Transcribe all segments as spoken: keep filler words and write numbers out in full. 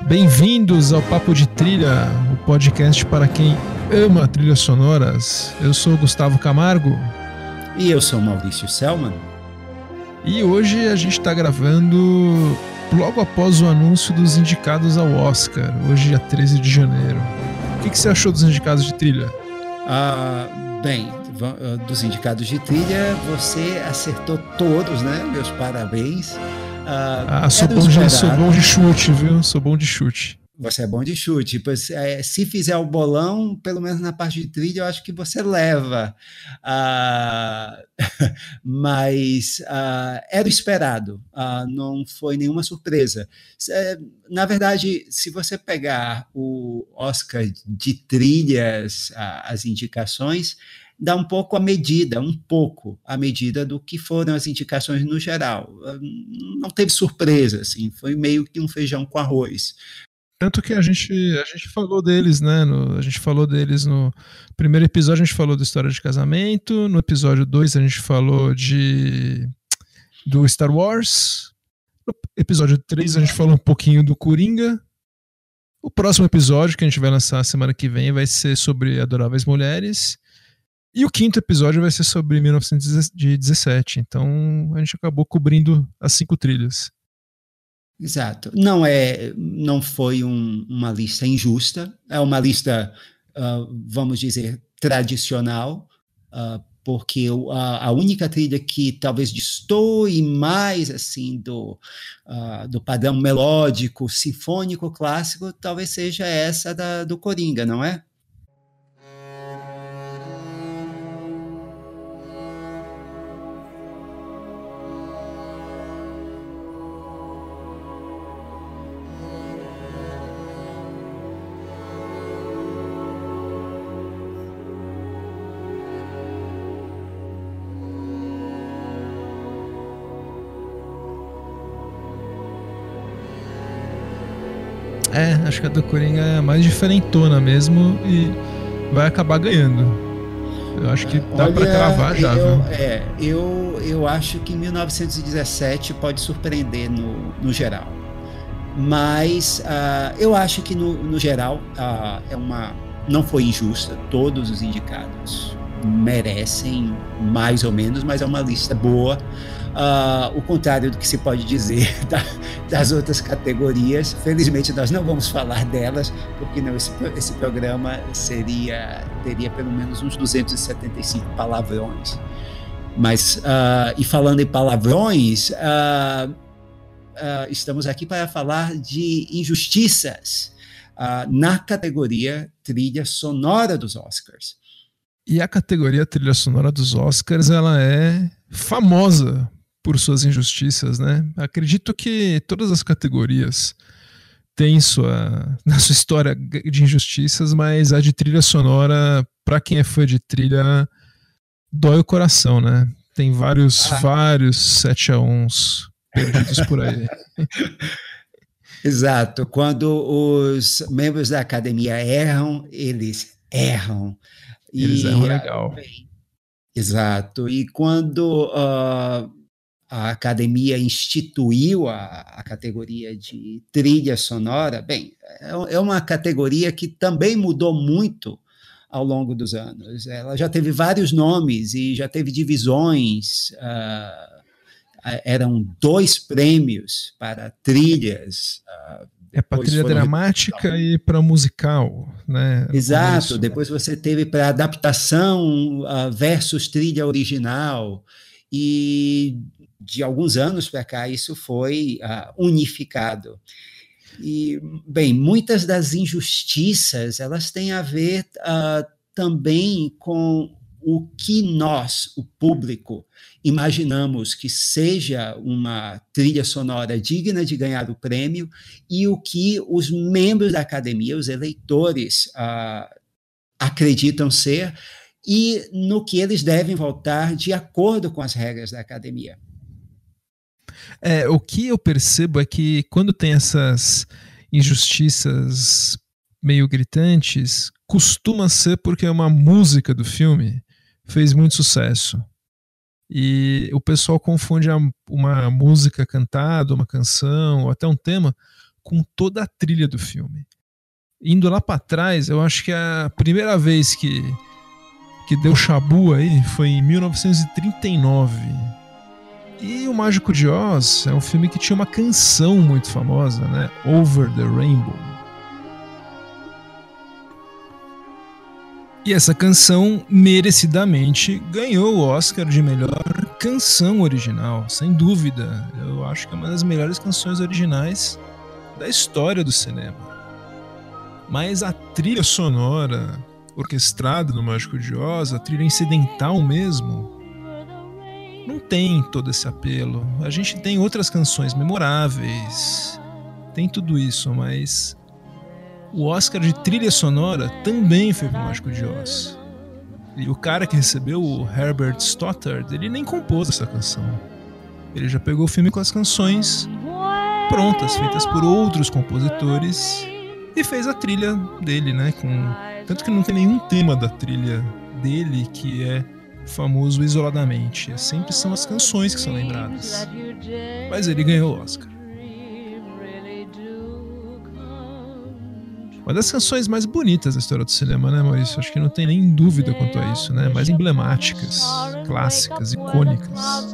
Bem-vindos ao Papo de Trilha, o podcast para quem ama trilhas sonoras. Eu sou o Gustavo Camargo. E eu sou o Maurício Selman. E hoje a gente está gravando logo após o anúncio dos indicados ao Oscar, hoje dia treze de janeiro. O que, que você achou dos indicados de trilha? Ah, bem, dos indicados de trilha, você acertou todos, né? Meus parabéns. Ah, ah sou, bom de, sou bom de chute, viu? Sou bom de chute. Você é bom de chute. Pois, é, se fizer o bolão, pelo menos na parte de trilha, eu acho que você leva. Ah, mas ah, era o esperado, ah, não foi nenhuma surpresa. Na verdade, se você pegar o Oscar de trilhas, ah, as indicações, dá um pouco a medida, um pouco a medida do que foram as indicações no geral. Não teve surpresa, assim, foi meio que um feijão com arroz. Tanto que a gente, a gente falou deles, né? No, a gente falou deles no primeiro episódio, a gente falou da história de casamento. No episódio dois, a gente falou de do Star Wars. No episódio três, a gente falou um pouquinho do Coringa. O próximo episódio, que a gente vai lançar semana que vem, vai ser sobre Adoráveis Mulheres. E o quinto episódio vai ser sobre mil novecentos e dezessete. Então, a gente acabou cobrindo as cinco trilhas. Exato. Não, é, não foi um, uma lista injusta, é uma lista, uh, vamos dizer, tradicional, uh, porque a, a única trilha que talvez destoe mais assim, do, uh, do padrão melódico, sinfônico, clássico, talvez seja essa da, do Coringa, não é? É, acho que a do Coringa é a mais diferentona mesmo e vai acabar ganhando. Eu acho que dá para cravar já, eu, viu? É, eu, eu acho que mil novecentos e dezessete pode surpreender no, no geral. Mas uh, eu acho que no, no geral uh, é uma, não foi injusta, todos os indicados merecem mais ou menos, mas é uma lista boa. Uh, o contrário do que se pode dizer da, das outras categorias. Felizmente nós não vamos falar delas, porque não, esse, esse programa seria, teria pelo menos uns duzentos e setenta e cinco palavrões. Mas, uh, e falando em palavrões, uh, uh, estamos aqui para falar de injustiças uh, na categoria trilha sonora dos Oscars. E a categoria trilha sonora dos Oscars, ela é famosa por suas injustiças, né? Acredito que todas as categorias têm sua, na sua história de injustiças, mas a de trilha sonora, para quem é fã de trilha, dói o coração, né? Tem vários, ah. vários sete a uns perdidos por aí. Exato. Quando os membros da academia erram, eles erram. Eles e, erram legal. Exato. E quando uh, a academia instituiu a, a categoria de trilha sonora, bem, é uma categoria que também mudou muito ao longo dos anos. Ela já teve vários nomes e já teve divisões. Uh, eram dois prêmios para trilhas. Uh, É para trilha dramática e para musical, né? Exato, depois você teve para adaptação uh, versus trilha original, e de alguns anos para cá isso foi uh, unificado. E, bem, muitas das injustiças, elas têm a ver uh, também com o que nós, o público, imaginamos que seja uma trilha sonora digna de ganhar o prêmio e o que os membros da academia, os eleitores, uh, acreditam ser e no que eles devem votar de acordo com as regras da academia. É, o que eu percebo é que quando tem essas injustiças meio gritantes, costuma ser porque uma música do filme fez muito sucesso. E o pessoal confunde uma música cantada, uma canção, ou até um tema, com toda a trilha do filme. Indo lá para trás, eu acho que a primeira vez que, que deu chabu aí foi em mil novecentos e trinta e nove. E O Mágico de Oz é um filme que tinha uma canção muito famosa, né? Over the Rainbow. E essa canção merecidamente ganhou o Oscar de melhor canção original, sem dúvida. Eu acho que é uma das melhores canções originais da história do cinema. Mas a trilha sonora orquestrada no Mágico de Oz, a trilha incidental mesmo, não tem todo esse apelo. A gente tem outras canções memoráveis, tem tudo isso, mas o Oscar de trilha sonora também foi pro Mágico de Oz. E o cara que recebeu, o Herbert Stoddard, ele nem compôs essa canção. Ele já pegou o filme com as canções prontas, feitas por outros compositores, e fez a trilha dele, né? Com... Tanto que não tem nenhum tema da trilha dele que é famoso isoladamente. Sempre são as canções que são lembradas. Mas ele ganhou o Oscar. Uma das canções mais bonitas da história do cinema, né, Maurício? Acho que não tem nem dúvida quanto a isso, né? Mais emblemáticas, clássicas, icônicas.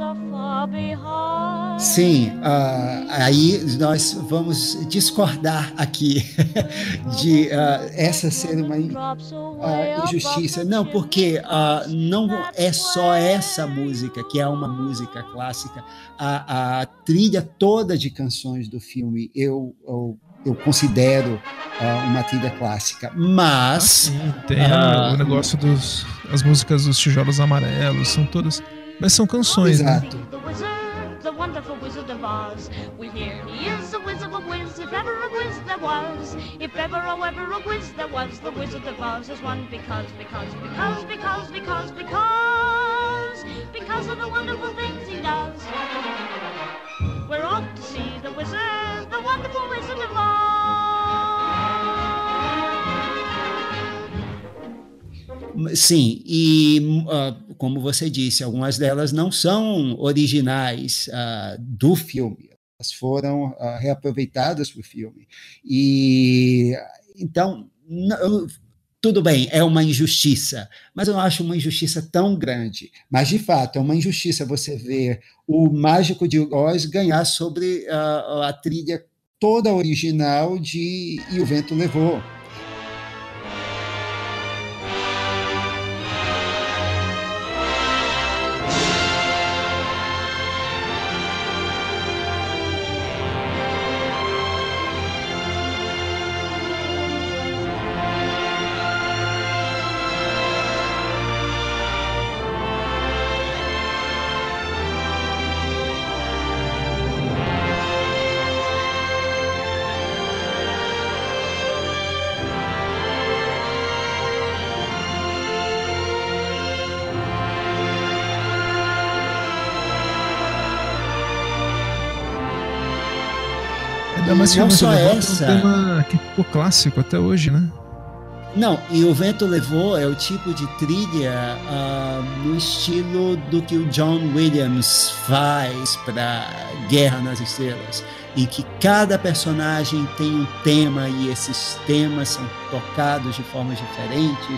Sim, uh, aí nós vamos discordar aqui de uh, essa ser uma uh, injustiça. Não, porque uh, não é só essa música, que é uma música clássica, a, a trilha toda de canções do filme, eu... eu eu considero uh, uma trilha clássica, mas... Ah, sim, tem uh, o negócio dos... as músicas dos Tijolos Amarelos, são todas... Mas são canções, exato. Né? The wonderful Wizard of Oz. We hear he is a wizard of whiz, if ever a whiz there was. If ever, oh, ever a whiz there was, the Wizard of Oz is one because, because, because, because, because, because, because of the wonderful things he does. We're off to see the wizard, the wonderful Wizard of Oz. Sim, e uh, como você disse, algumas delas não são originais uh, do filme, elas foram uh, reaproveitadas para o filme. E então, não, tudo bem, é uma injustiça, mas eu não acho uma injustiça tão grande. Mas, de fato, é uma injustiça você ver o Mágico de Oz ganhar sobre uh, a trilha toda original de E o Vento Levou. Mas não só essa. É um tema que ficou clássico até hoje, né? Não, e O Vento Levou é o tipo de trilha uh, no estilo do que o John Williams faz para Guerra nas Estrelas, em que cada personagem tem um tema e esses temas são tocados de formas diferentes.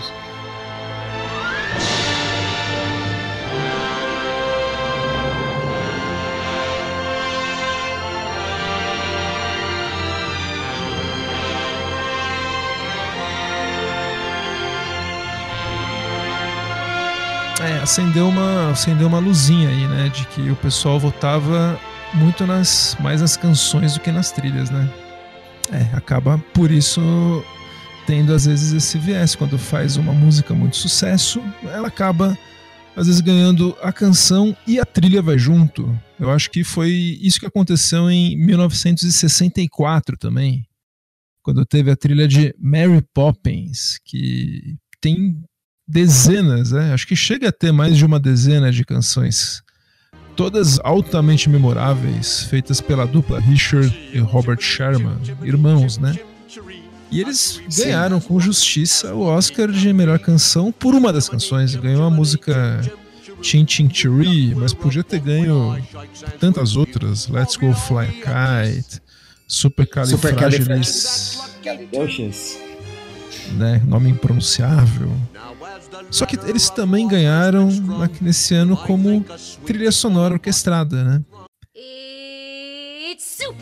É, acendeu uma, acendeu uma luzinha aí, né, de que o pessoal votava muito nas, mais nas canções do que nas trilhas, né? É, acaba por isso tendo às vezes esse viés, quando faz uma música muito sucesso, ela acaba às vezes ganhando a canção e a trilha vai junto. Eu acho que foi isso que aconteceu em mil novecentos e sessenta e quatro também, quando teve a trilha de Mary Poppins, que tem dezenas, né? Acho que chega a ter mais de uma dezena de canções, todas altamente memoráveis, feitas pela dupla Richard e Robert Sherman, irmãos, né? E eles ganharam com justiça o Oscar de melhor canção por uma das canções. Ganhou a música Chin Chin Chiree, mas podia ter ganho tantas outras, Let's Go Fly a Kite, Supercalifragilisticexpialidocious, né? Nome impronunciável. Só que eles também ganharam nesse ano como trilha sonora orquestrada, né? It's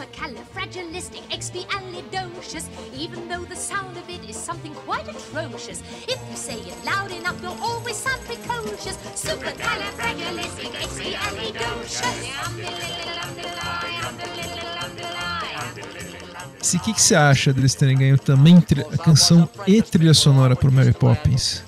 supercalifragilisticexpialidocious, even though the sound of it is something quite atrocious. If you say it loud enough, you'll always sound precocious. Supercalifragilisticexpialidocious. O que, que você acha deles terem ganho também a canção e trilha sonora por Mary Poppins?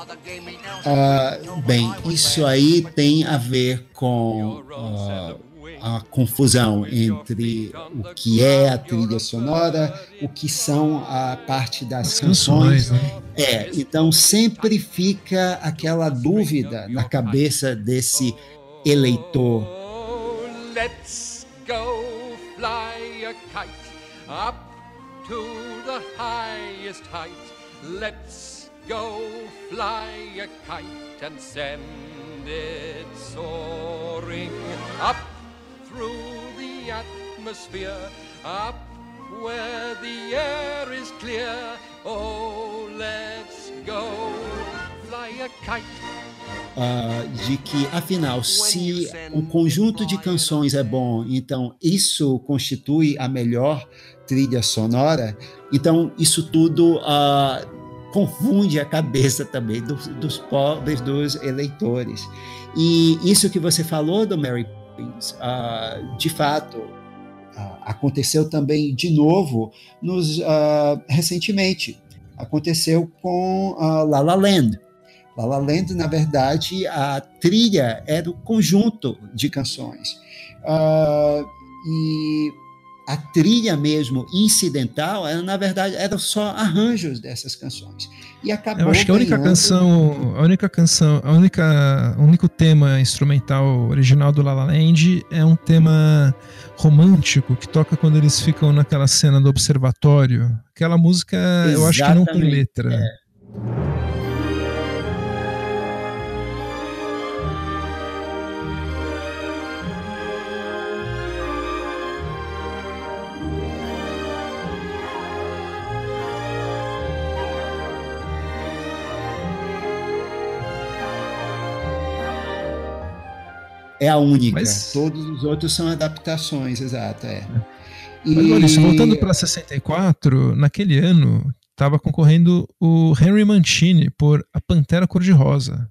Uh, bem, isso aí tem a ver com uh, a confusão entre o que é a trilha sonora, o que são a parte das As canções. canções né? É, então sempre fica aquela dúvida na cabeça desse eleitor. Let's go fly a kite up to the highest height. Let's go fly a kite and send it soaring up through the atmosphere, up where the air is clear. Oh, let's go fly a kite. Uh, de que, afinal, se um conjunto de canções é bom, então isso constitui a melhor trilha sonora, então isso tudo uh, confunde a cabeça também dos, dos pobres, dos eleitores. E isso que você falou do Mary Poppins, uh, de fato, uh, aconteceu também de novo nos, uh, recentemente. Aconteceu com uh, La La Land. La La Land, na verdade, a trilha era o conjunto de canções. Uh, e a trilha mesmo, incidental, era, na verdade, eram só arranjos dessas canções. E acabou Eu acho que a única ganhando... canção, a única canção, a única, o único tema instrumental original do La La Land é um tema romântico que toca quando eles ficam naquela cena do observatório. Aquela música, Exatamente. Eu acho que não tem letra. É. É a única. Mas... Todos os outros são adaptações, exato. É. E... Mas, Maurício, voltando para sessenta e quatro, naquele ano estava concorrendo o Henry Mancini por A Pantera Cor-de-Rosa.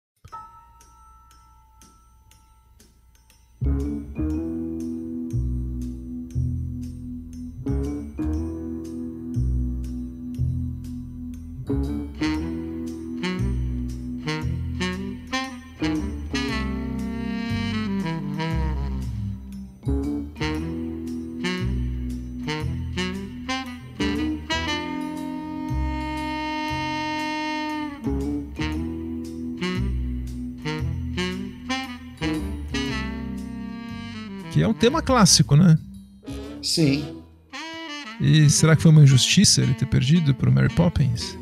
Que é um tema clássico, né? Sim. E será que foi uma injustiça ele ter perdido para o Mary Poppins?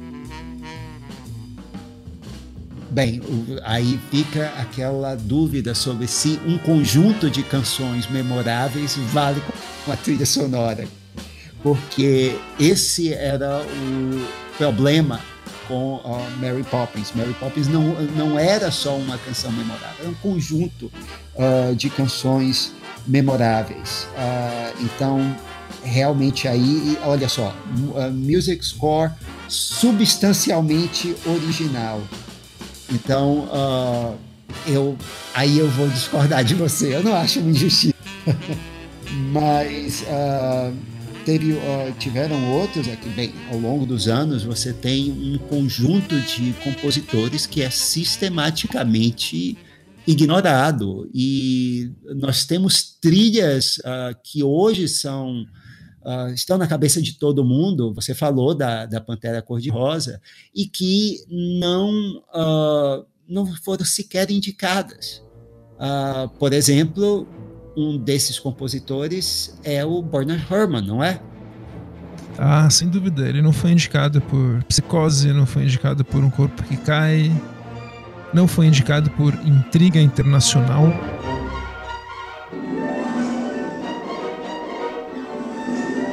Bem, aí fica aquela dúvida sobre se um conjunto de canções memoráveis vale com a trilha sonora. Porque esse era o problema com uh, Mary Poppins. Mary Poppins não, não era só uma canção memorável, era um conjunto uh, de canções memoráveis. Uh, então, realmente aí, olha só, uh, music score substancialmente original. Então, uh, eu, aí eu vou discordar de você. Eu não acho uma injustiça. Mas uh, teve, uh, tiveram outros aqui. Bem, ao longo dos anos, você tem um conjunto de compositores que é sistematicamente ignorado, e nós temos trilhas uh, que hoje são uh, estão na cabeça de todo mundo. Você falou da, da Pantera Cor-de-Rosa, e que não, uh, não foram sequer indicadas. Uh, por exemplo, um desses compositores é o Bernard Herrmann, não é? Ah, sem dúvida, ele não foi indicado por Psicose, não foi indicado por Um Corpo que Cai, não foi indicado por Intriga Internacional.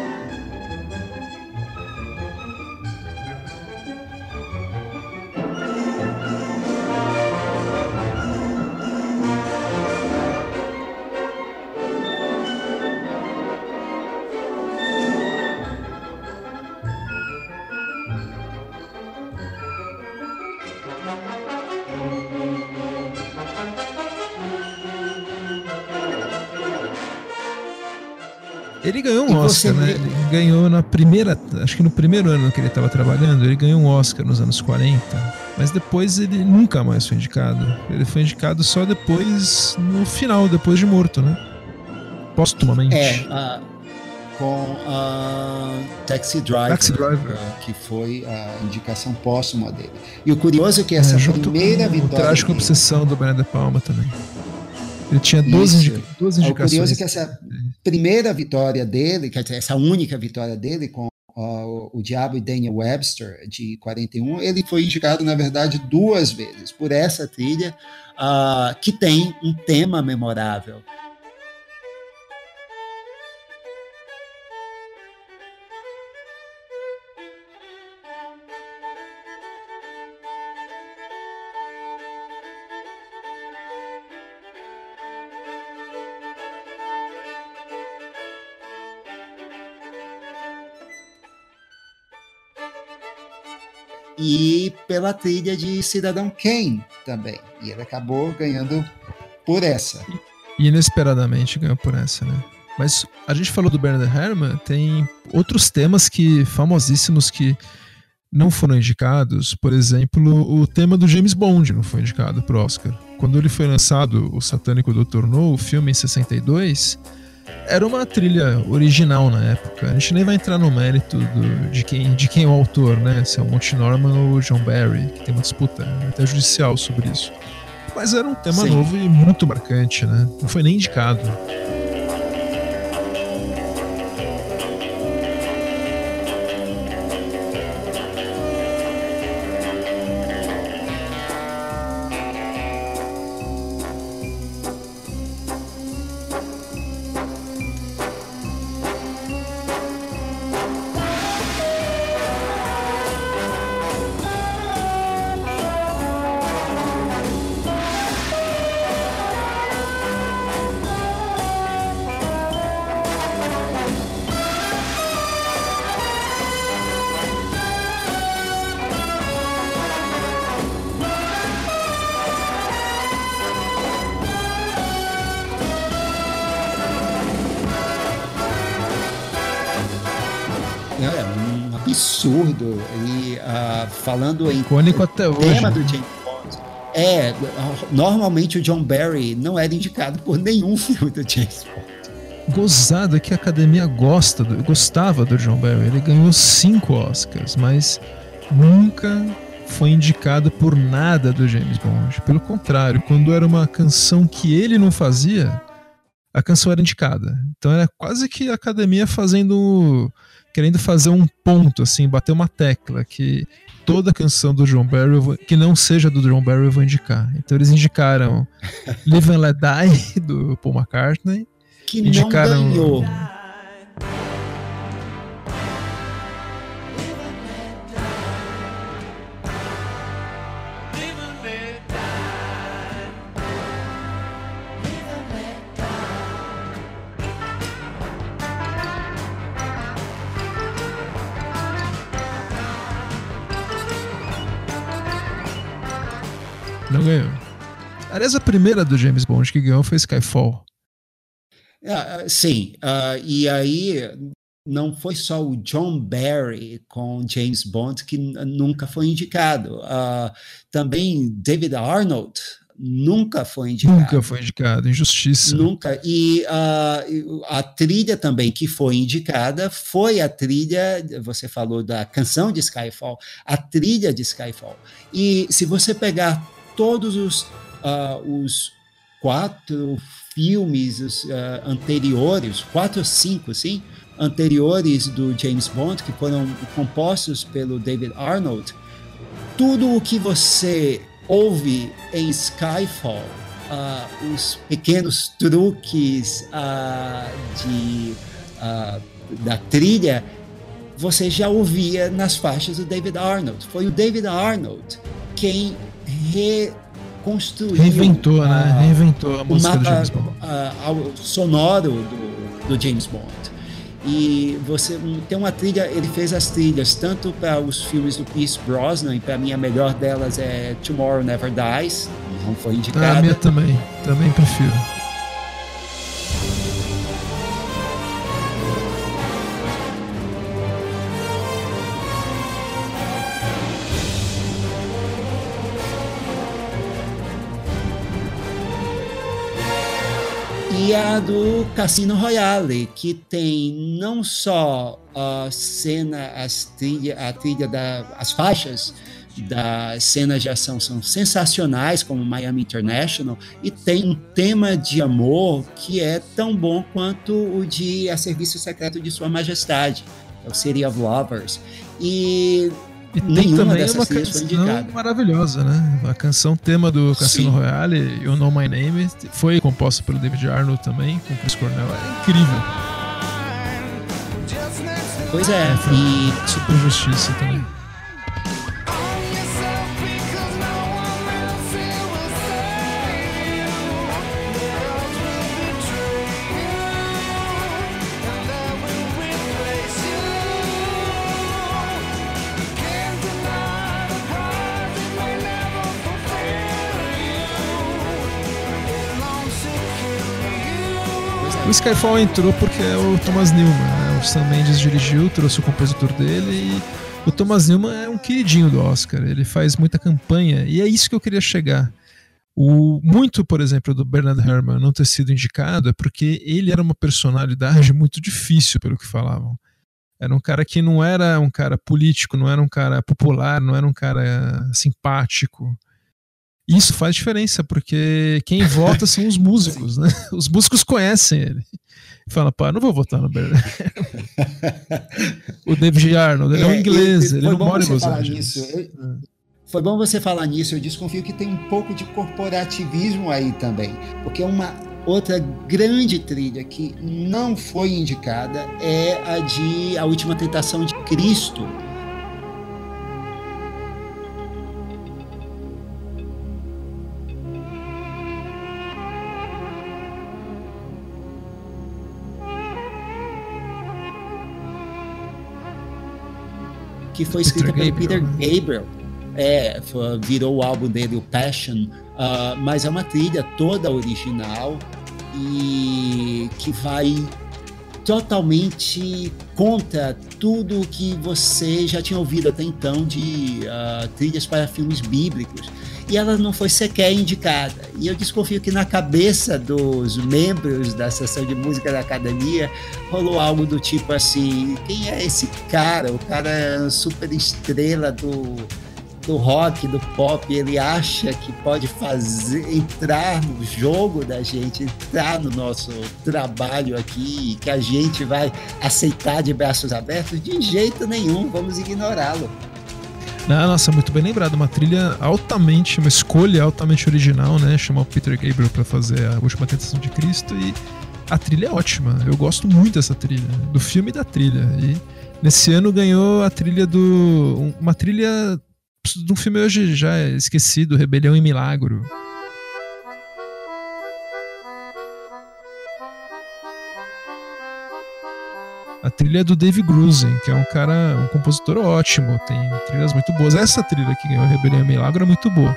Ele ganhou um E Oscar, você né? vê- Ele ganhou na primeira, acho que no primeiro ano que ele estava trabalhando, ele ganhou um Oscar nos anos quarenta, mas depois ele nunca mais foi indicado. Ele foi indicado só depois, no final, depois de morto, né? Póstumamente. É, ah, com a Taxi Driver, Taxi Driver. ah, que foi a indicação póstuma dele. E o curioso é que essa É, junto primeira com o vitória Trágica dele- Obsessão do Brian De Palma também. Ele tinha duas, Isso. indica duas O indicações. curioso é que essa primeira vitória dele, quer dizer, essa única vitória dele com uh, o Diabo e Daniel Webster, de quarenta e um, ele foi indicado, na verdade, duas vezes por essa trilha, uh, que tem um tema memorável. E pela trilha de Cidadão Kane também. E ele acabou ganhando por essa. E inesperadamente ganhou por essa, né? Mas a gente falou do Bernard Herrmann, tem outros temas que famosíssimos que não foram indicados. Por exemplo, o tema do James Bond não foi indicado pro Oscar. Quando ele foi lançado, o Satânico doutor No, o filme em sessenta e dois, era uma trilha original na época. A gente nem vai entrar no mérito do, de, quem, de quem é o autor, né? Se é o Monty Norman ou o John Barry, que tem uma disputa até judicial sobre isso. Mas era um tema Sim. novo e muito marcante, né? Não foi nem indicado. É um absurdo. E uh, falando em Icônico até hoje. tema do James Bond, é, normalmente o John Barry não era indicado por nenhum filme do James Bond. Gozado é que a academia gosta do, gostava do John Barry. Ele ganhou cinco Oscars, mas nunca foi indicado por nada do James Bond. Pelo contrário, quando era uma canção que ele não fazia, a canção era indicada. Então era quase que a academia fazendo, querendo fazer um ponto, assim, bater uma tecla que toda canção do John Barry eu vou, que não seja do John Barry eu vou indicar. Então eles indicaram Live and Let Die do Paul McCartney. Que Indicaram- não ganhou. Não ganhou. Aliás, a primeira do James Bond que ganhou foi Skyfall. Ah, sim, ah, e aí não foi só o John Barry com James Bond que n- nunca foi indicado. Ah, também David Arnold nunca foi indicado. Nunca foi indicado, injustiça. Nunca. E ah, e a trilha também que foi indicada foi a trilha, você falou da canção de Skyfall, a trilha de Skyfall. E se você pegar todos os, ah, os quatro filmes os, ah, anteriores, quatro ou cinco, sim, anteriores do James Bond, que foram compostos pelo David Arnold, tudo o que você ouve em Skyfall, ah, os pequenos truques ah, de, ah, da trilha, você já ouvia nas faixas do David Arnold. Foi o David Arnold quem reconstruiu, Reinventou, né? ah, Reinventou a o música do mapa James Bond. ah, ao- sonoro do, do James Bond. E você um, tem uma trilha, ele fez as trilhas tanto para os filmes do Pierce Brosnan, e para mim a melhor delas é Tomorrow Never Dies, não foi Ah, a indicada. minha também. Também prefiro. e a do Cassino Royale, que tem não só a cena, as trilha, a trilha da, as faixas das cenas de ação são sensacionais, como Miami International, e tem um tema de amor que é tão bom quanto o de A Serviço Secreto de Sua Majestade, o City of Lovers. E, e tem também uma canção maravilhosa, né? A canção tema do Cassino Sim. Royale, You Know My Name, foi composta pelo David Arnold também, com Chris Cornell. É incrível. Pois é, é e Super Justiça também. O Skyfall entrou porque é o Thomas Newman, né? O Sam Mendes dirigiu, trouxe o compositor dele e o Thomas Newman é um queridinho do Oscar, ele faz muita campanha e é isso que eu queria chegar. O, muito, por exemplo, do Bernard Herrmann não ter sido indicado é porque ele era uma personalidade muito difícil, pelo que falavam. Era um cara que não era um cara político, não era um cara popular, não era um cara simpático. Isso faz diferença, porque quem vota são os músicos, né? Os músicos conhecem ele. Fala, pá, não vou votar no Bernard. O David Arnold, ele é, é um inglês, ele não mora em Los Angeles. Eu, foi bom você falar nisso, eu desconfio que tem um pouco de corporativismo aí também, porque uma outra grande trilha que não foi indicada é a de A Última Tentação de Cristo. Que foi escrita pelo Peter Gabriel, é, foi, virou o álbum dele, o Passion, uh, mas é uma trilha toda original e que vai totalmente contra tudo que você já tinha ouvido até então de uh, trilhas para filmes bíblicos. E ela não foi sequer indicada. E eu desconfio que na cabeça dos membros da seção de música da academia rolou algo do tipo assim, quem é esse cara? O cara é super estrela do, do rock, do pop, ele acha que pode fazer, entrar no jogo da gente, entrar no nosso trabalho aqui, que a gente vai aceitar de braços abertos? De jeito nenhum, vamos ignorá-lo. Ah, nossa, muito bem lembrado, uma trilha altamente, uma escolha altamente original, né? Chamar o Peter Gabriel para fazer A Última Tentação de Cristo e a trilha é ótima, eu gosto muito dessa trilha, do filme e da trilha. E nesse ano ganhou a trilha do... uma trilha de um filme hoje já esquecido, Rebelião em Milagro. A trilha é do Dave Grusin, que é um cara, um compositor ótimo, tem trilhas muito boas. Essa trilha que ganhou Rebelião e Milagro é muito boa.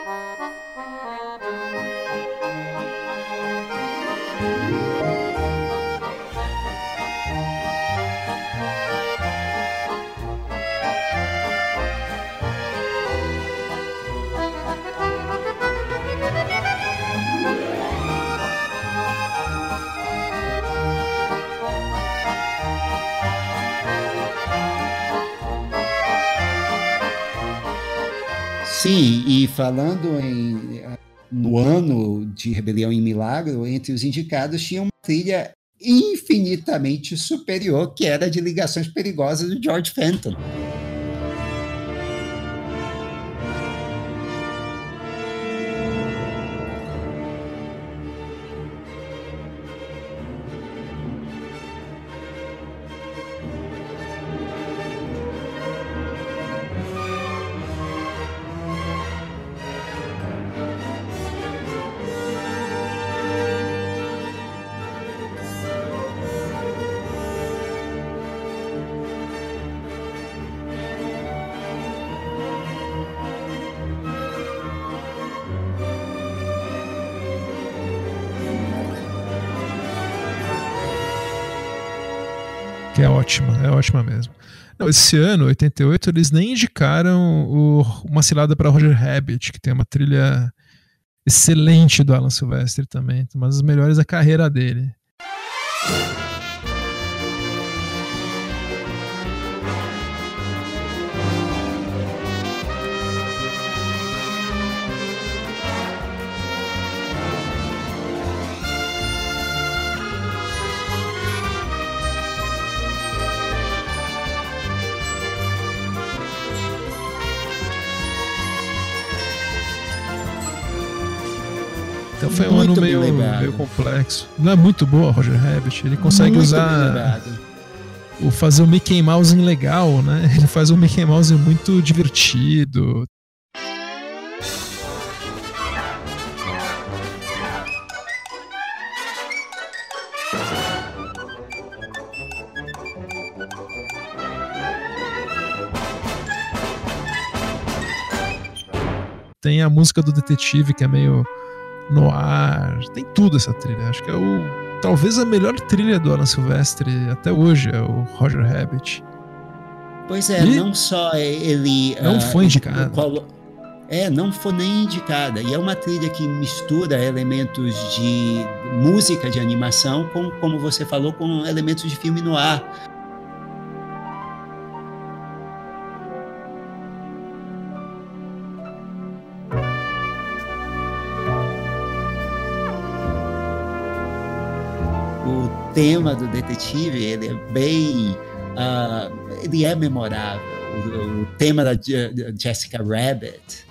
Sim, e falando em, no ano de Rebelião em Milagro, entre os indicados tinha uma trilha infinitamente superior, que era de Ligações Perigosas do George Fenton. Que é ótima, é ótima mesmo. Não, esse ano, oitenta e oito, eles nem indicaram o, Uma Cilada para Roger Rabbit, que tem uma trilha excelente do Alan Silvestre também, uma das melhores da carreira dele. Então foi um muito ano meio, meio complexo. Não é muito boa, Roger Rabbit. Ele consegue muito usar o fazer o Mickey Mouse legal, né? Ele faz um Mickey Mouse muito divertido. Tem a música do detetive que é meio no ar, tem tudo essa trilha. Acho que é o talvez a melhor trilha do Alan Silvestre até hoje, é o Roger Rabbit. Pois é, e não só ele não uh, foi indicada. Qual, é, não foi nem indicada. E é uma trilha que mistura elementos de música de animação com, como você falou, com elementos de filme no ar. O tema do detetive, ele é bem, uh, ele é memorável. O, o tema da Jessica Rabbit.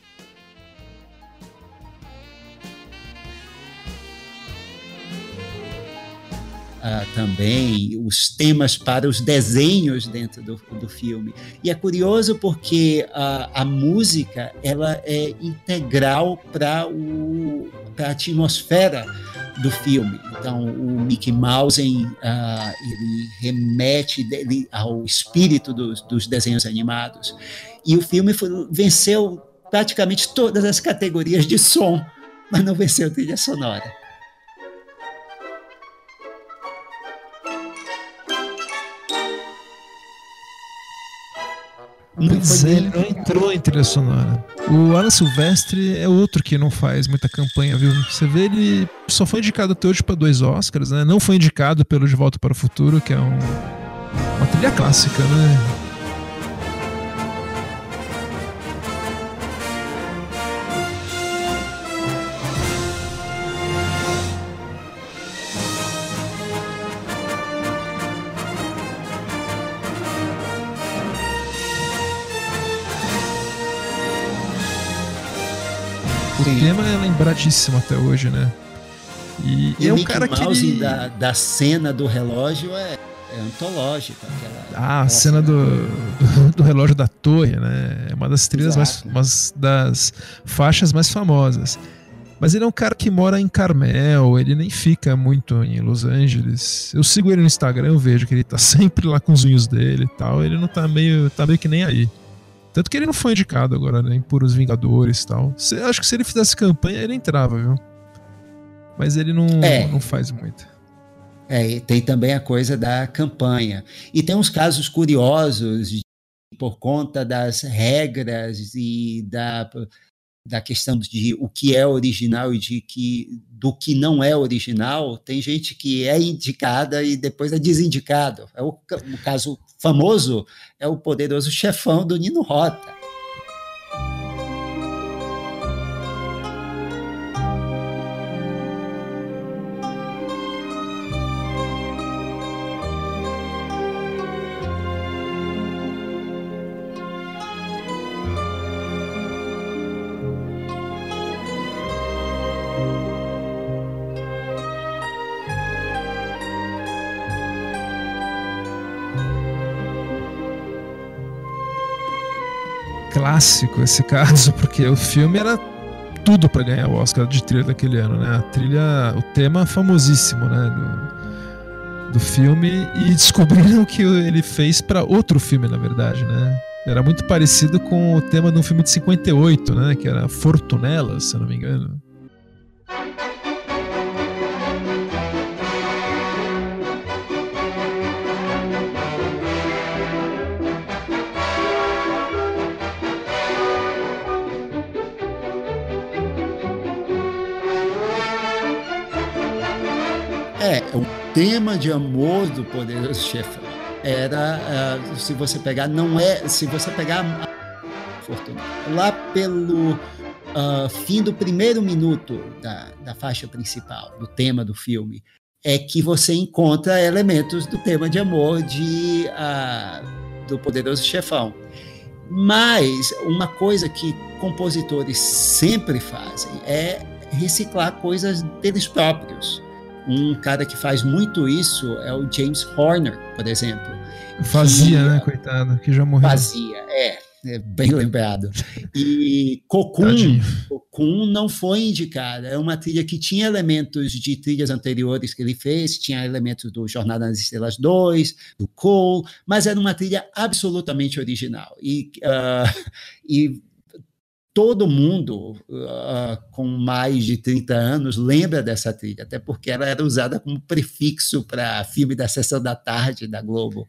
Uh, também os temas para os desenhos dentro do, do filme. E é curioso porque uh, a música ela é integral para a atmosfera do filme. Então, o Mickey Mouse em, uh, ele remete dele ao espírito dos, dos desenhos animados. E o filme foi, venceu praticamente todas as categorias de som, mas não venceu trilha sonora. Pois é, ele não entrou em trilha sonora. O Alan Silvestre é outro que não faz muita campanha, viu? Você vê, ele só foi indicado até hoje para dois Oscars, né? Não foi indicado pelo De Volta para o Futuro, que é um, uma trilha clássica, né? O Sim. tema é lembradíssimo até hoje, né? E, e é o um Mickey cara Mouse que ele... da, da cena do relógio é, é antológica. Aquela, ah, a aquela cena, cena do, do, do relógio da torre, né? É uma das trilhas mais, uma das faixas mais famosas. Mas ele é um cara que mora em Carmel, ele nem fica muito em Los Angeles. Eu sigo ele no Instagram, eu vejo que ele tá sempre lá com os vinhos dele e tal. Ele não tá meio, tá meio que nem aí. Tanto que ele não foi indicado agora, né, em Puros Vingadores e tal. Cê, acho que se ele fizesse campanha, ele entrava, viu? Mas ele não, é. não faz muito. É, e tem também a coisa da campanha. E tem uns casos curiosos de, por conta das regras e da, da questão de o que é original e de que, do que não é original. Tem gente que é indicada e depois é desindicado. É o, o caso famoso é o Poderoso Chefão do Nino Rota. Clássico esse caso, porque o filme era tudo para ganhar o Oscar de trilha daquele ano, né? A trilha, o tema famosíssimo, né, do, do filme, e descobriram que ele fez para outro filme, na verdade, né? Era muito parecido com o tema de um filme de cinquenta e oito, né, que era Fortunella, se eu não me engano. É, o tema de amor do Poderoso Chefão era, uh, se você pegar, não é, se você pegar Fortuna, lá pelo uh, fim do primeiro minuto da, da faixa principal, do tema do filme, é que você encontra elementos do tema de amor de, uh, do Poderoso Chefão. Mas uma coisa que compositores sempre fazem é reciclar coisas deles próprios. Um cara que faz muito isso é o James Horner, por exemplo. Fazia, que, né, coitado, que já morreu. Fazia, é, é bem lembrado. E Cocoon, Cocoon não foi indicada. É uma trilha que tinha elementos de trilhas anteriores que ele fez, tinha elementos do Jornada nas Estrelas dois, do Cole, mas era uma trilha absolutamente original. E, uh, e todo mundo uh, com mais de trinta anos lembra dessa trilha, até porque ela era usada como prefixo para filme da Sessão da Tarde da Globo.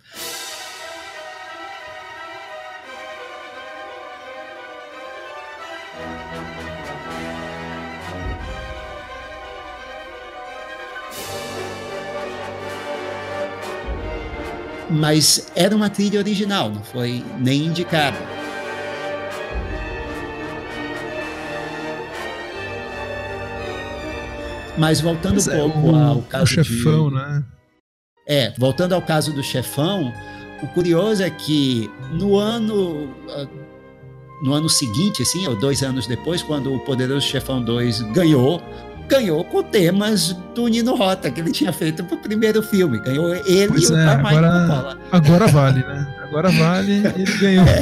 Mas era uma trilha original, não foi nem indicada. Mas voltando Mas um é, pouco o, ao caso o Chefão, de... né? É, voltando ao caso do Chefão, o curioso é que no ano, no ano seguinte, assim, ou dois anos depois, quando o Poderoso Chefão dois ganhou, ganhou com temas do Nino Rota, que ele tinha feito para o primeiro filme. Ganhou ele Pois e o é, Carmine agora, Coppola. agora vale, né? Agora vale, ele ganhou. É.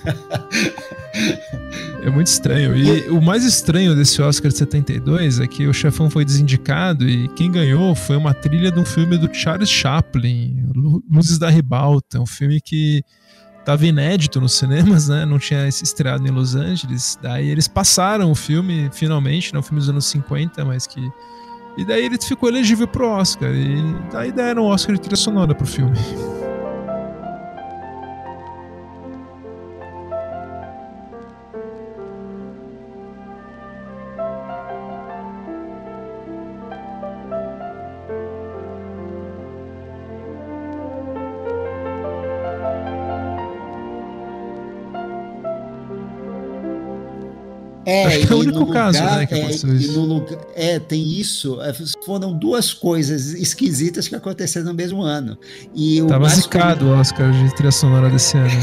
É muito estranho. E o mais estranho desse Oscar de setenta e dois é que o Chefão foi desindicado e quem ganhou foi uma trilha de um filme do Charles Chaplin, Luzes da Ribalta, um filme que estava inédito nos cinemas, né? Não tinha estreado em Los Angeles. Daí eles passaram o filme, finalmente, né? Um filme dos anos cinquenta, mas que... E daí ele ficou elegível pro Oscar. E daí deram um Oscar de trilha sonora pro filme. É, Acho que é o único lugar, caso, né, que é, aconteceu isso. E no lugar, é, tem isso. Foram duas coisas esquisitas que aconteceram no mesmo ano. E o Tava mais zicado o Oscar de trilha sonora desse ano.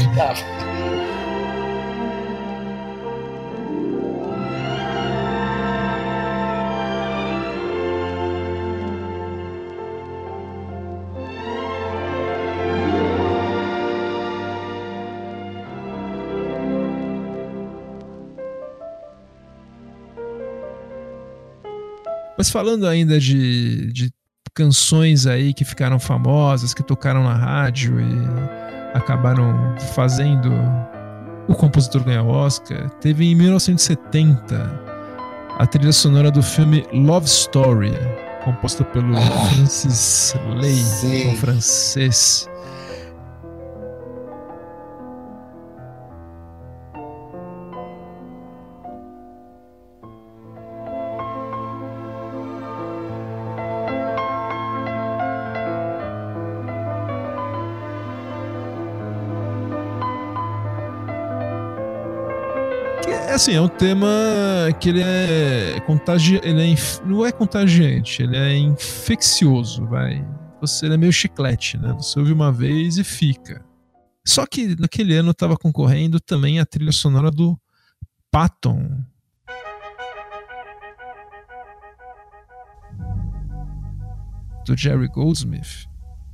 Mas falando ainda de, de canções aí que ficaram famosas, que tocaram na rádio e acabaram fazendo o compositor ganhar o Oscar, teve em mil novecentos e setenta a trilha sonora do filme Love Story, composta pelo ah, Francis Lay, um francês. Assim, é um tema que ele é contagi... ele é inf... não é contagiante, ele é infeccioso, vai. Você ele é meio chiclete, né? Você ouve uma vez e fica. Só que naquele ano estava concorrendo também a trilha sonora do Patton. Do Jerry Goldsmith.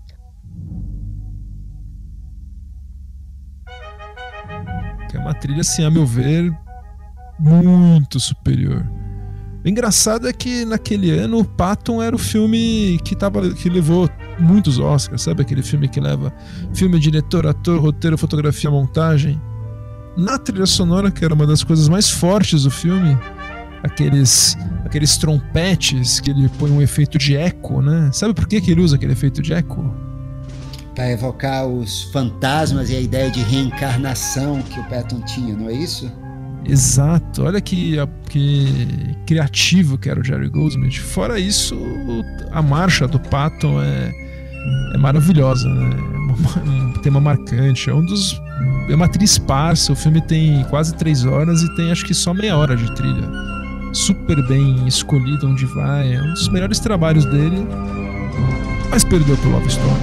Que é uma trilha, assim, a meu ver, muito superior. O engraçado é que naquele ano o Patton era o filme que, tava, que levou muitos Oscars, sabe? Aquele filme que leva filme, diretor, ator, roteiro, fotografia, montagem. Na trilha sonora, que era uma das coisas mais fortes do filme, aqueles, aqueles trompetes que ele põe um efeito de eco, né? Sabe por que, que ele usa aquele efeito de eco? Para evocar os fantasmas e a ideia de reencarnação que o Patton tinha, não é isso? Exato, olha que, que criativo que era o Jerry Goldsmith. Fora isso, a marcha do Patton é, é maravilhosa, né? É um tema marcante, é um dos é uma trilha esparsa. O filme tem quase três horas e tem acho que só meia hora de trilha, super bem escolhido onde vai, é um dos melhores trabalhos dele, mas perdeu pro Love Story.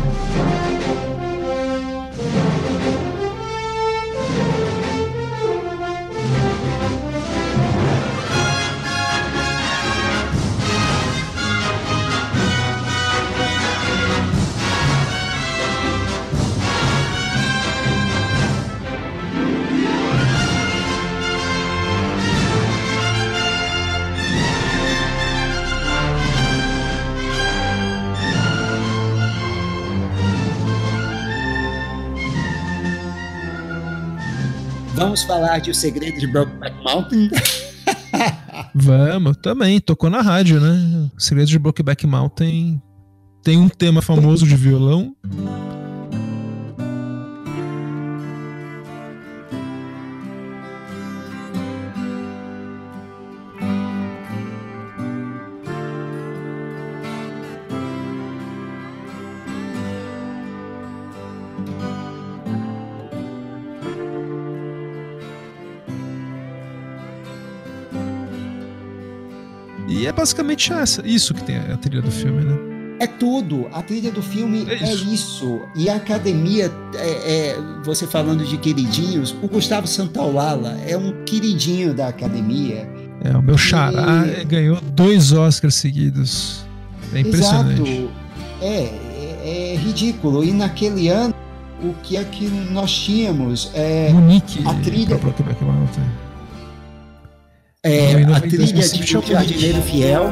Vamos falar de O Segredo de Brokeback Mountain? Vamos, também, tocou na rádio, né? O Segredo de Brokeback Mountain tem um tema famoso de violão. E é basicamente essa, isso que tem a trilha do filme, né? É tudo. A trilha do filme é isso. É isso. E a academia, é, é, você falando de queridinhos, o Gustavo Santaolalla é um queridinho da academia. É, o meu xará e... ganhou dois Oscars seguidos. É impressionante. Exato. É, é, é ridículo. E naquele ano, o que é que nós tínhamos? É, Munique, a trilha... Brokeback Mountain. É, a trilha de O Jardineiro Fiel.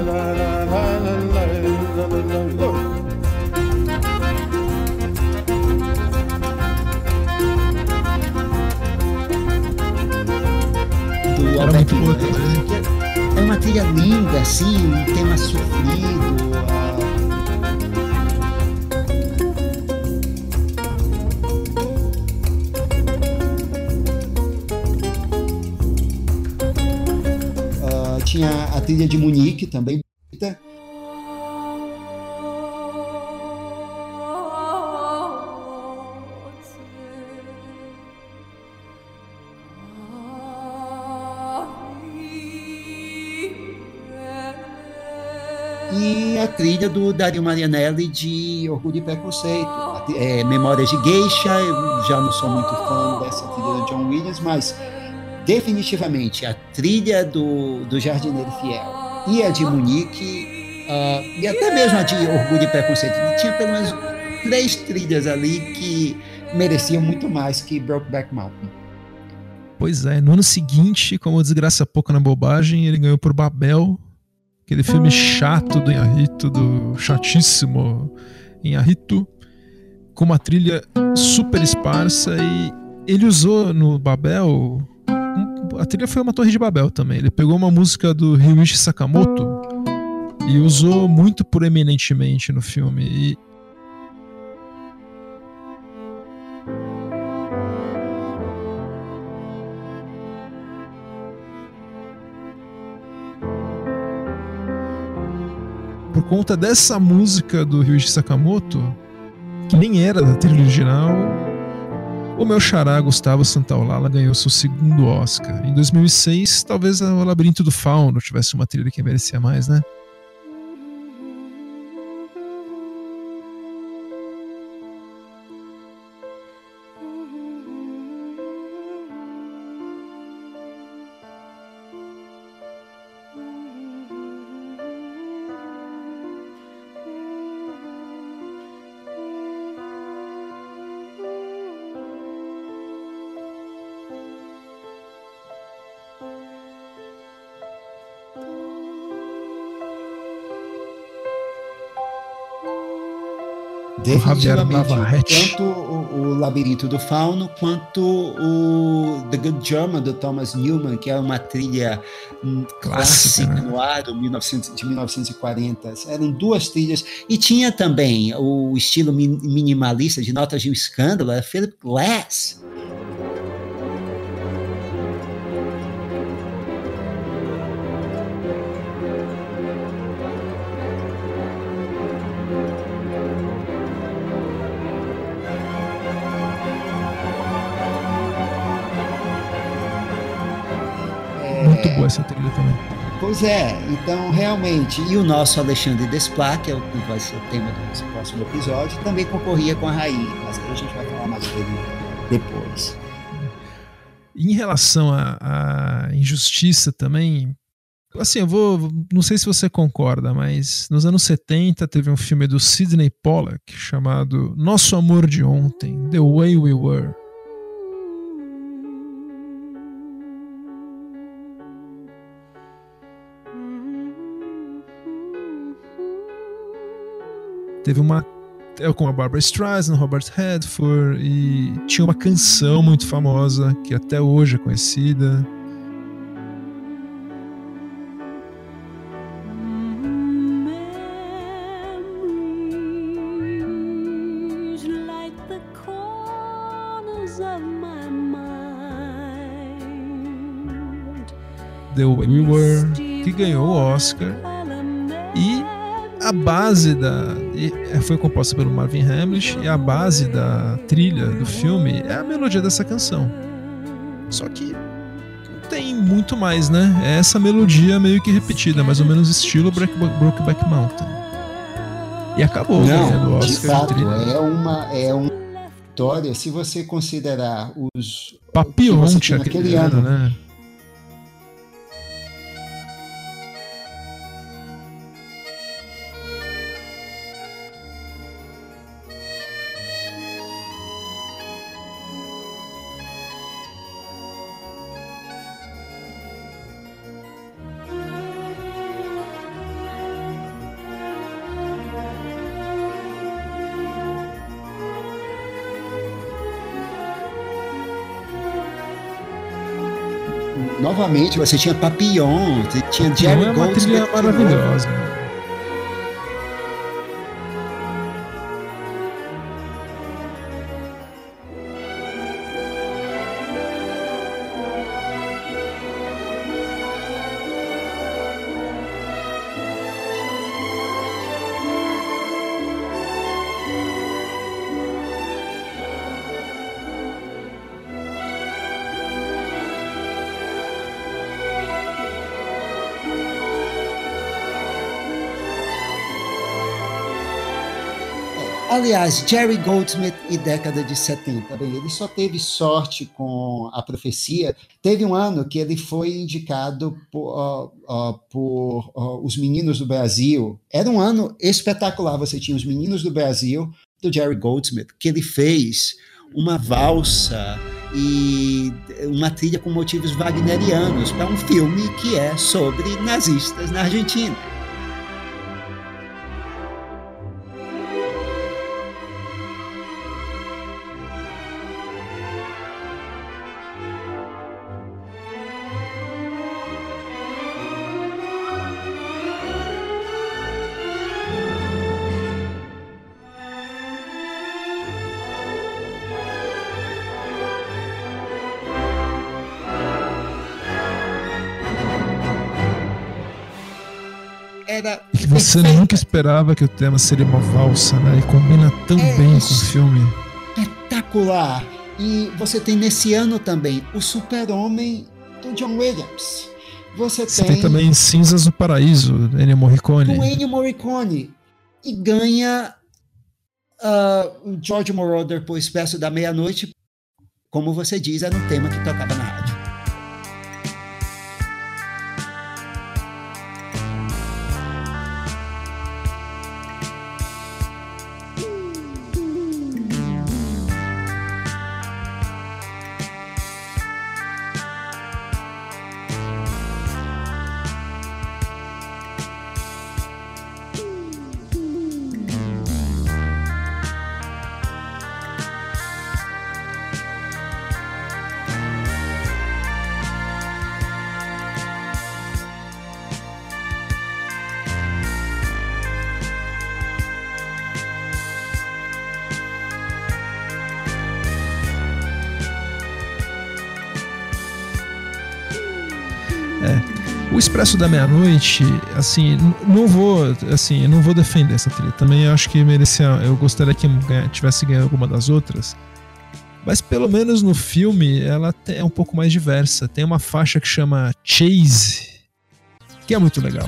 Do Alberto Lins. É uma trilha linda, assim, um tema sofrido. Tinha a trilha de Munique também. E a trilha do Dario Marianelli de Orgulho e Preconceito. É, Memórias de Geisha, eu já não sou muito fã dessa trilha do John Williams, mas definitivamente a trilha do, do Jardineiro Fiel e a de Munique, uh, e até mesmo a de Orgulho e Preconceito, tinha pelo menos três trilhas ali que mereciam muito mais que Brokeback Mountain. Pois é, no ano seguinte, como Desgraça Pouco na Bobagem, ele ganhou por Babel, aquele filme chato do Inharrito, do chatíssimo Inharrito, com uma trilha super esparsa, e ele usou no Babel... A trilha foi uma Torre de Babel também. Ele pegou uma música do Ryuichi Sakamoto e usou muito proeminentemente no filme. E... por conta dessa música do Ryuichi Sakamoto, que nem era da trilha original, o meu xará Gustavo Santaolalla ganhou seu segundo Oscar. Em dois mil e seis, talvez o Labirinto do Fauno tivesse uma trilha que merecia mais, né? Definitivamente, tanto o, o Labirinto do Fauno quanto o The Good German do Thomas Newman, que é uma trilha clássica, clássica, no ar do mil e novecentos, de mil novecentos e quarenta. Eram duas trilhas. E tinha também o estilo minimalista de Notas de um Escândalo, era Philip Glass. muito boa essa trilha também. Pois é, então realmente, e o nosso Alexandre Desplat, que é o, vai ser o tema do nosso próximo episódio, também concorria com a Rainha, mas aí a gente vai falar mais dele depois. Em relação à injustiça também, assim, eu vou, não sei se você concorda, mas nos anos setenta teve um filme do Sidney Pollack chamado Nosso Amor de Ontem, The Way We Were. Teve uma com a Barbra Streisand, Robert Redford, e tinha uma canção muito famosa que até hoje é conhecida. The Way We Were, que ganhou o Oscar, e a base da foi composta pelo Marvin Hamlish, e a base da trilha do filme é a melodia dessa canção. Só que tem muito mais, né? É essa melodia meio que repetida, mais ou menos estilo Brokeback Mountain. E acabou ganhando o Oscar de fato, é uma é uma vitória se você considerar os Papillon aquele ano, né? Novamente, você tinha Papillon, você tinha Jerry Goldsmith. É uma trilha maravilhosa. Aliás, Jerry Goldsmith e década de setenta, bem, ele só teve sorte com A Profecia. Teve um ano que ele foi indicado por, uh, uh, por uh, Os Meninos do Brasil. Era um ano espetacular. Você tinha Os Meninos do Brasil, do Jerry Goldsmith, que ele fez uma valsa e uma trilha com motivos wagnerianos para um filme que é sobre nazistas na Argentina. E que você perfeita. Nunca esperava que o tema seria uma valsa, né? E combina tão é bem com o filme. Espetacular! E você tem nesse ano também o Super-Homem do John Williams. Você, você tem, tem também Cinzas do Paraíso, do Ennio Morricone. Do Ennio Morricone. E ganha uh, o George Moroder por Expresso da Meia-Noite. Como você diz, era um tema que tocava na rádio. O Expresso da Meia-Noite, assim, não vou, assim, não vou defender essa trilha. Também acho que merecia, eu gostaria que tivesse ganho alguma das outras. Mas pelo menos no filme ela é um pouco mais diversa. Tem uma faixa que chama Chase, que é muito legal.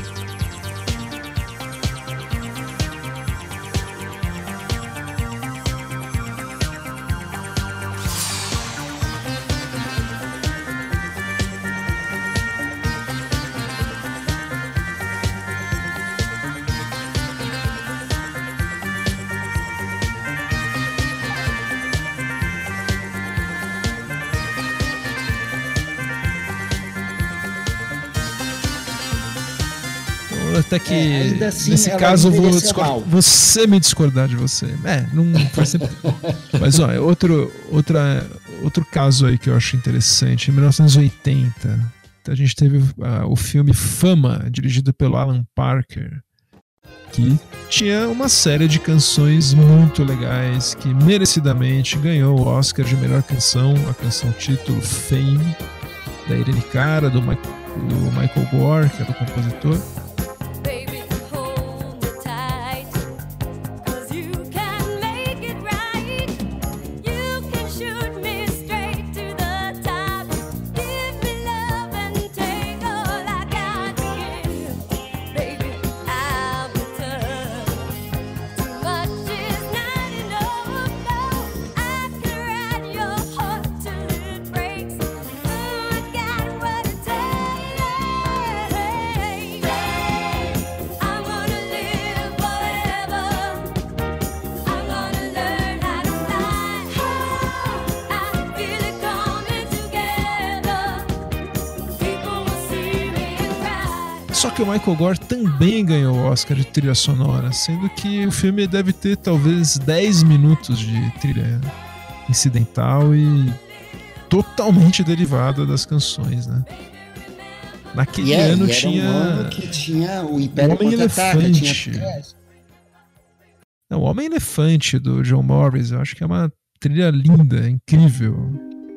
Até que é, assim, nesse caso eu vou discordar, você me discordar de você. É, não faz sempre... Mas ó, outro, outra, outro caso aí que eu acho interessante. Em mil novecentos e oitenta, a gente teve uh, o filme Fama, dirigido pelo Alan Parker, que tinha uma série de canções muito legais, que merecidamente ganhou o Oscar de melhor canção, a canção título Fame, da Irene Cara, do, Ma- do Michael Gore, que era o compositor. Só que o Michael Gore também ganhou o Oscar de trilha sonora, sendo que o filme deve ter talvez dez minutos de trilha incidental e totalmente derivada das canções, né? Naquele yeah, ano era tinha... um ano que tinha o Império o Homem Contra-Ataca, Elefante. tinha... Não, o Homem Elefante do John Morris, eu acho que é uma trilha linda, incrível.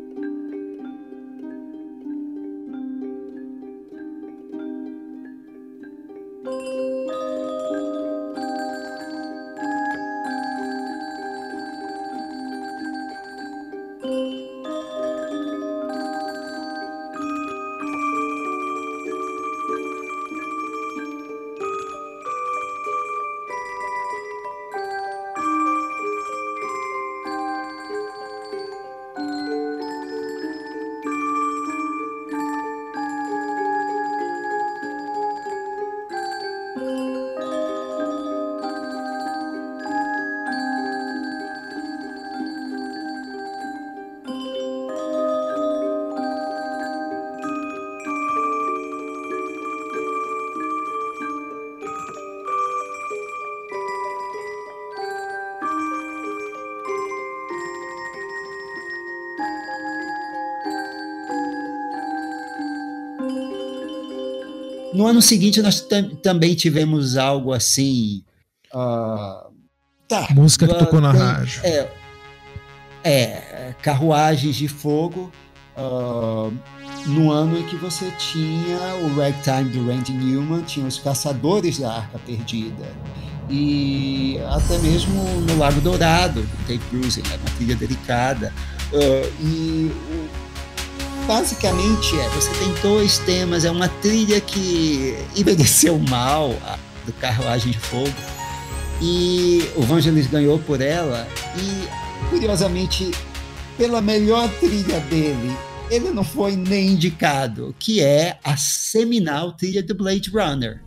No ano seguinte, nós tam- também tivemos algo assim. Uh, tá, Música que uh, tocou na tem, rádio. É, é, Carruagens de Fogo, uh, no ano em que você tinha o Ragtime do Randy Newman, tinha os Caçadores da Arca Perdida, e até mesmo no Lago Dourado, do Tate Bruce, né, uma trilha delicada. Uh, e o Basicamente, é, você tem dois temas, é uma trilha que envelheceu mal, a, do Carruagem de Fogo, e o Vangelis ganhou por ela, e, curiosamente, pela melhor trilha dele, ele não foi nem indicado, que é a seminal trilha do Blade Runner.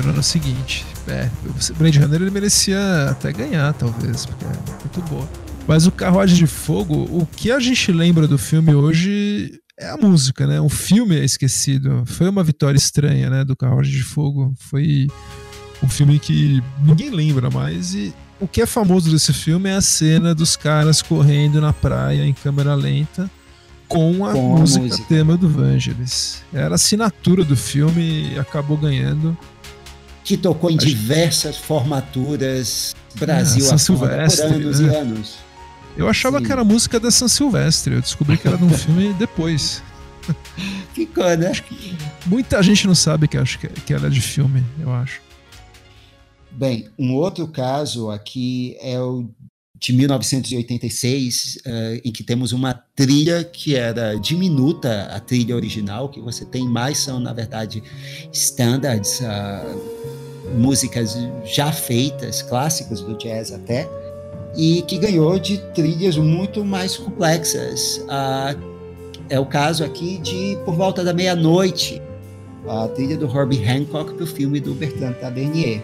no ano seguinte. É, o Blade Runner ele merecia até ganhar, talvez, porque é muito boa. Mas o Carruagem de Fogo, o que a gente lembra do filme hoje é a música, né? O filme é esquecido. Foi uma vitória estranha, né, do Carruagem de Fogo. Foi um filme que ninguém lembra mais. E o que é famoso desse filme é a cena dos caras correndo na praia em câmera lenta com a, com música, a música tema do Vangelis. Era a assinatura do filme e acabou ganhando. Que tocou em Acho... diversas formaturas Brasil é, afora, por anos né? e anos. Eu achava Sim. que era música da São Silvestre. Eu descobri que era de um filme depois. Ficou, né? Muita gente não sabe que, acho que, que ela é de filme, eu acho. Bem, um outro caso aqui é o de mil novecentos e oitenta e seis, uh, em que temos uma trilha que era diminuta, a trilha original, que você tem mais são, na verdade, standards, uh, músicas já feitas, clássicos do jazz até, e que ganhou de trilhas muito mais complexas. Uh, é o caso aqui de Por Volta da Meia-Noite, a trilha do Herbie Hancock para o filme do Bertrand Tavernier.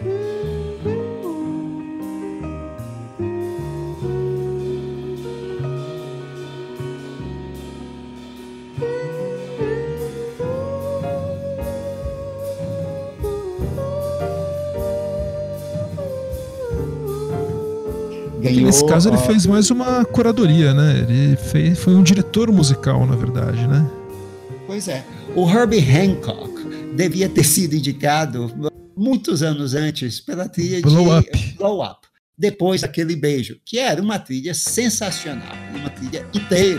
Ganhou, nesse caso ele ó, fez mais uma curadoria, né? Ele fez, foi um diretor musical, na verdade, né? Pois é. O Herbie Hancock devia ter sido indicado muitos anos antes pela trilha Blow de Up. Blow Up, depois daquele beijo, que era uma trilha sensacional, uma trilha inteira.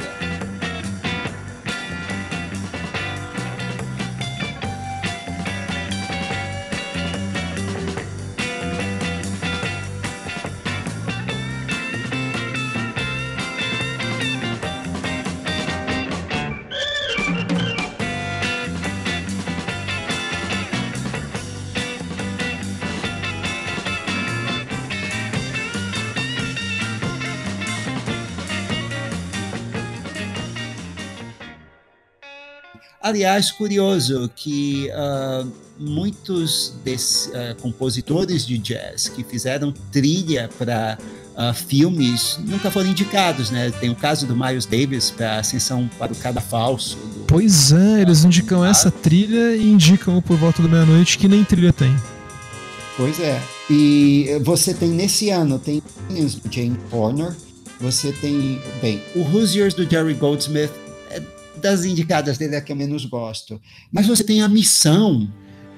Aliás, curioso que uh, muitos desses uh, compositores de jazz que fizeram trilha para uh, filmes nunca foram indicados, né? Tem o caso do Miles Davis para Ascensão para o Cadafalso. Do... Pois é, eles indicam essa trilha e indicam o Por Volta da Meia-Noite, que nem trilha tem. Pois é. E você tem nesse ano, tem o Jane Horner, você tem, bem, o Who's Yours do Jerry Goldsmith, das indicadas dele é a que eu menos gosto. Mas você tem a Missão.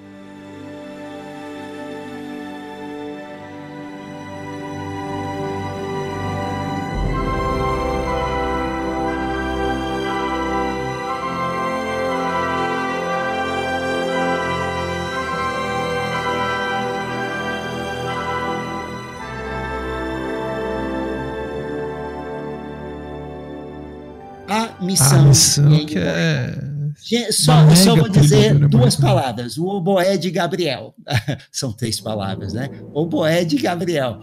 Missão, a missão que é... Só, só vou dizer duas palavras. O Oboé de Gabriel. São três palavras, né? Oboé de Gabriel.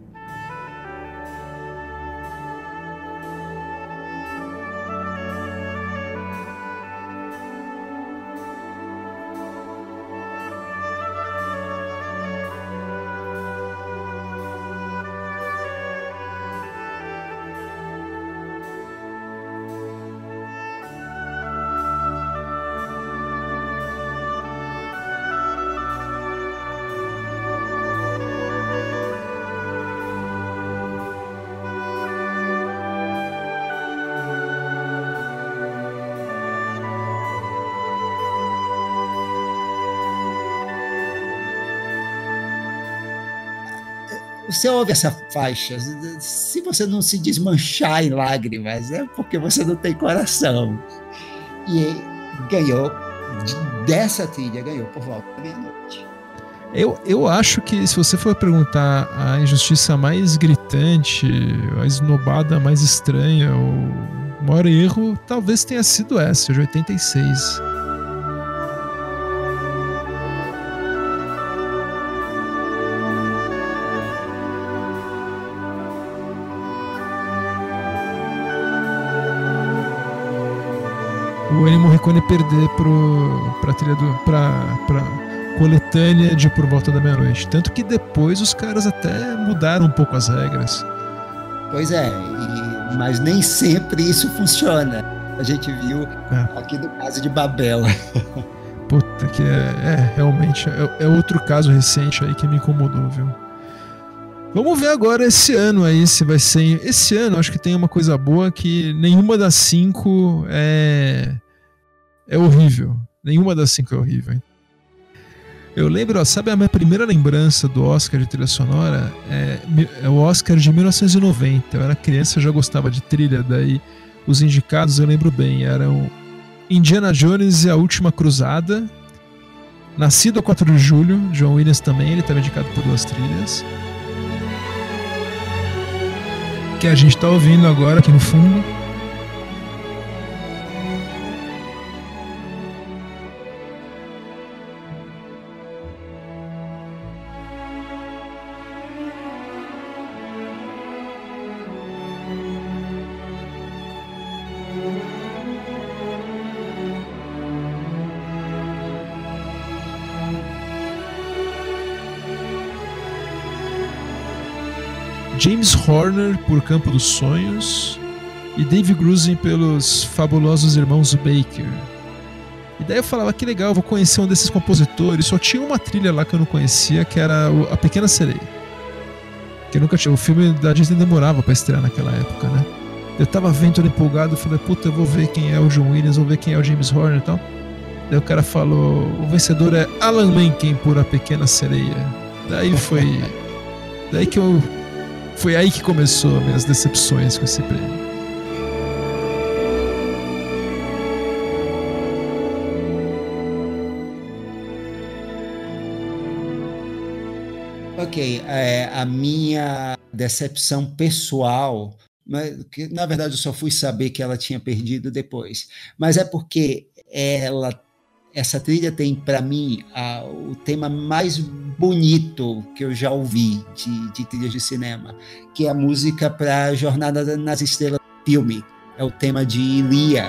Você ouve essa faixa, se você não se desmanchar em lágrimas, é porque você não tem coração. E ganhou, dessa trilha, ganhou Por Volta da Meia-Noite. Eu, eu acho que se você for perguntar a injustiça mais gritante, a esnobada mais estranha, o maior erro, talvez tenha sido essa, de oitenta e seis. O Ennio Morricone perder pro, pra trilha do, pra, pra coletânea de Por Volta da Meia-Noite. Tanto que depois os caras até mudaram um pouco as regras. Pois é, e, mas nem sempre isso funciona. A gente viu é. aqui no caso de Babel. Puta, que é, é realmente é, é outro caso recente aí que me incomodou, viu? Vamos ver agora esse ano aí se vai ser. Esse ano acho que tem uma coisa boa que nenhuma das cinco é, é horrível. Nenhuma das cinco é horrível, hein? Eu lembro, ó, sabe a minha primeira lembrança do Oscar de trilha sonora? É, é o Oscar de mil novecentos e noventa. Eu era criança, eu já gostava de trilha, daí os indicados eu lembro bem. Eram Indiana Jones e a Última Cruzada, Nascido a quatro de julho, John Williams também, ele estava indicado por duas trilhas. Que a gente tá ouvindo agora aqui no fundo. James Horner por Campo dos Sonhos e Dave Grusin pelos Fabulosos Irmãos Baker. E daí eu falava, que legal, eu vou conhecer um desses compositores. Só tinha uma trilha lá que eu não conhecia, que era A Pequena Sereia, que eu nunca tinha. O filme da Disney demorava pra estrear naquela época, né? Eu tava vendo, todo empolgado, falei, puta, eu vou ver quem é o John Williams, vou ver quem é o James Horner e tal. Daí o cara falou, o vencedor é Alan Menken por A Pequena Sereia. Daí foi... Daí que eu... Foi aí que começou as minhas decepções com esse prêmio. Ok, é, a minha decepção pessoal, mas, que, na verdade eu só fui saber que ela tinha perdido depois, mas é porque ela, essa trilha tem para mim a, o tema mais bonito que eu já ouvi de, de trilhas de cinema, que é a música para Jornada nas Estrelas do filme, é o tema de Lia.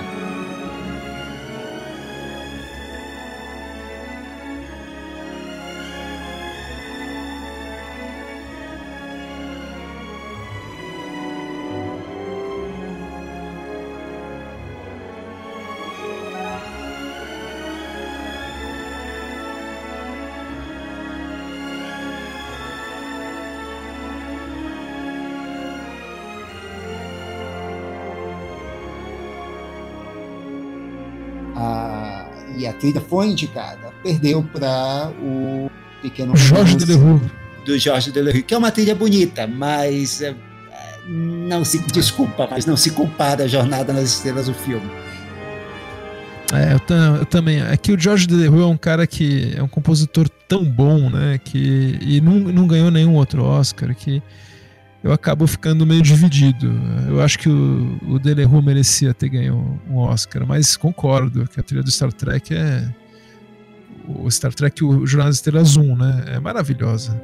E a trilha foi indicada, perdeu para o Pequeno Jorge Delerue, do Jorge Delerue, que é uma trilha bonita, mas é, não se desculpa, mas não se compara a Jornada nas Estrelas do filme. É, eu, tam, eu também. É que o Jorge Delerue é um cara que é um compositor tão bom, né? Que e não, não ganhou nenhum outro Oscar, que eu acabo ficando meio dividido. Eu acho que o, o Delerue merecia ter ganho um Oscar, mas concordo que a trilha do Star Trek é... O Star Trek, o Jornada nas Estrelas um, né? É maravilhosa.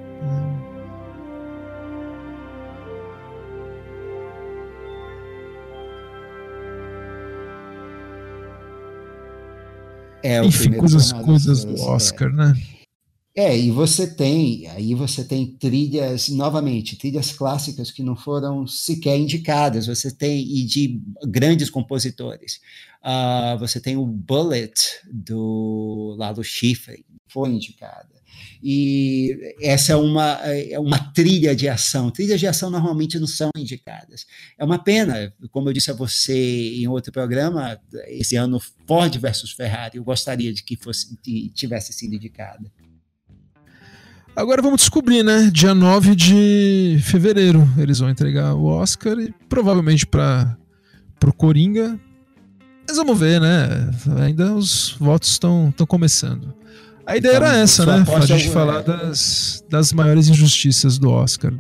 É, enfim, coisas, coisas do Oscar, é. né? É, e você tem, aí você tem trilhas, novamente, trilhas clássicas que não foram sequer indicadas, você tem, e de grandes compositores. Uh, você tem o Bullet, do Lalo Schifrin, foi indicada. E essa é uma, é uma trilha de ação. Trilhas de ação normalmente não são indicadas. É uma pena, como eu disse a você em outro programa, esse ano Ford versus Ferrari, eu gostaria de que fosse, de, tivesse sido indicada. Agora vamos descobrir, né? Dia nove de fevereiro eles vão entregar o Oscar e provavelmente para o Coringa. Mas vamos ver, né? Ainda os votos estão começando. A ideia então, era essa, né? A gente é... falar das, das maiores injustiças do Oscar.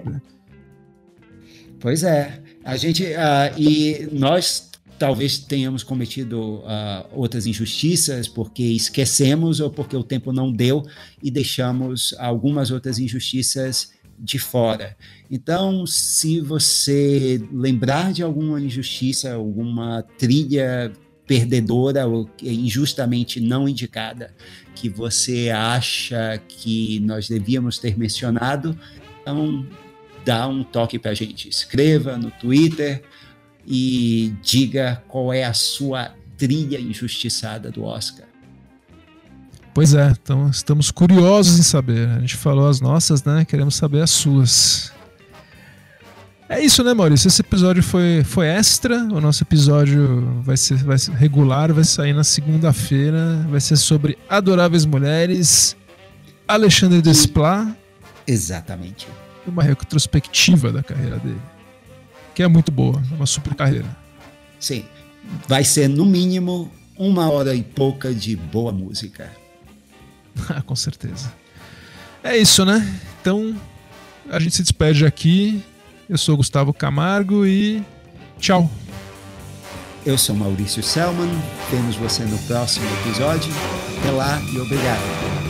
Pois é. A gente, uh, e nós talvez tenhamos cometido uh, outras injustiças porque esquecemos ou porque o tempo não deu e deixamos algumas outras injustiças de fora. Então, se você lembrar de alguma injustiça, alguma trilha perdedora ou injustamente não indicada que você acha que nós devíamos ter mencionado, então dá um toque para a gente. Escreva no Twitter e diga qual é a sua trilha injustiçada do Oscar. Pois é, então estamos curiosos em saber. A gente falou as nossas, né? Queremos saber as suas. É isso, né, Maurício? Esse episódio foi, foi extra. O nosso episódio vai ser, vai ser regular, vai sair na segunda-feira. Vai ser sobre Adoráveis Mulheres, Alexandre Desplat. Exatamente. Uma retrospectiva da carreira dele, que é muito boa, é uma super carreira. Sim, vai ser no mínimo uma hora e pouca de boa música. Ah, com certeza. É isso, né? Então a gente se despede aqui. Eu sou Gustavo Camargo e tchau. Eu sou Maurício Selman. Vemos você no próximo episódio. Até lá e obrigado.